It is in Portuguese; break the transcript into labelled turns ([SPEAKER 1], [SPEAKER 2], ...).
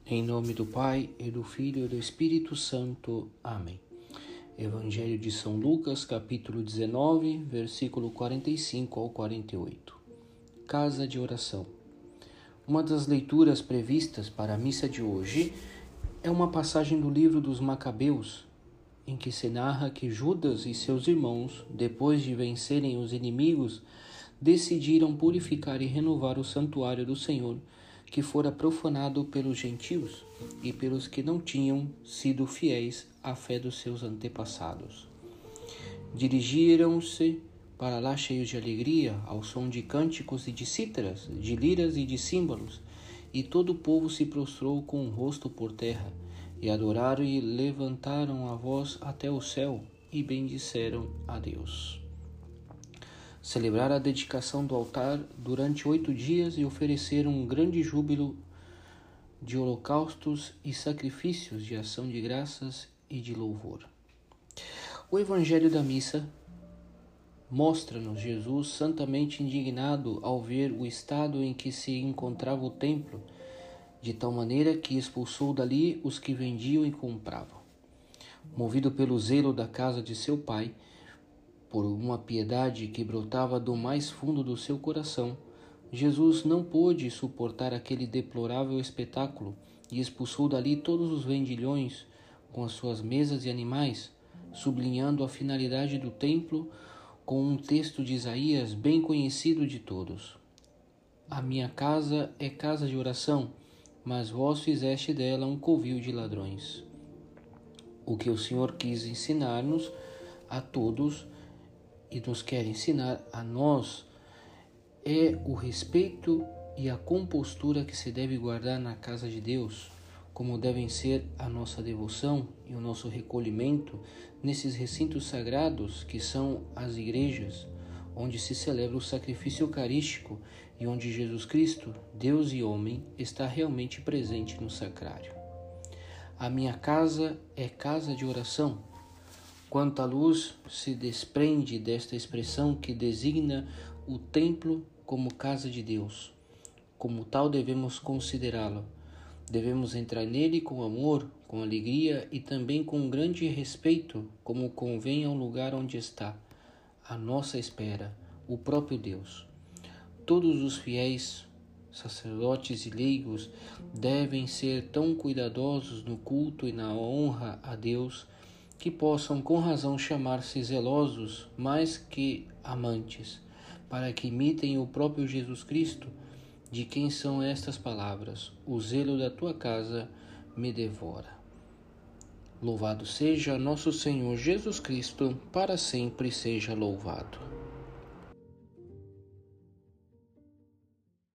[SPEAKER 1] Em nome do Pai, e do Filho e do Espírito Santo. Amém. Evangelho de São Lucas, capítulo 19, versículo 45 ao 48. Casa de oração. Uma das leituras previstas para a missa de hoje é uma passagem do livro dos Macabeus, em que se narra que Judas e seus irmãos, depois de vencerem os inimigos, decidiram purificar e renovar o santuário do Senhor, que fora profanado pelos gentios e pelos que não tinham sido fiéis à fé dos seus antepassados. Dirigiram-se para lá cheios de alegria, ao som de cânticos e de cítaras, de liras e de símbolos, e todo o povo se prostrou com o rosto por terra, e adoraram e levantaram a voz até o céu, e bendisseram a Deus. Celebraram a dedicação do altar durante 8 dias e ofereceram um grande júbilo de holocaustos e sacrifícios de ação de graças e de louvor. O Evangelho da Missa mostra-nos Jesus santamente indignado ao ver o estado em que se encontrava o templo, de tal maneira que expulsou dali os que vendiam e compravam. Movido pelo zelo da casa de seu pai, por uma piedade que brotava do mais fundo do seu coração, Jesus não pôde suportar aquele deplorável espetáculo e expulsou dali todos os vendilhões com as suas mesas e animais, sublinhando a finalidade do templo com um texto de Isaías bem conhecido de todos. A minha casa é casa de oração, mas vós fizeste dela um covil de ladrões. O que o Senhor quis ensinar-nos a todos e nos quer ensinar a nós é o respeito e a compostura que se deve guardar na casa de Deus, como devem ser a nossa devoção e o nosso recolhimento nesses recintos sagrados que são as igrejas, onde se celebra o sacrifício eucarístico e onde Jesus Cristo, Deus e homem, está realmente presente no sacrário. A minha casa é casa de oração. Quanta luz se desprende desta expressão que designa o templo como casa de Deus. Como tal devemos considerá-lo. Devemos entrar nele com amor, com alegria e também com grande respeito, como convém ao lugar onde está, à nossa espera, o próprio Deus. Todos os fiéis, sacerdotes e leigos devem ser tão cuidadosos no culto e na honra a Deus que possam com razão chamar-se zelosos mais que amantes, para que imitem o próprio Jesus Cristo, de quem são estas palavras: o zelo da tua casa me devora. Louvado seja nosso Senhor Jesus Cristo, para sempre seja louvado.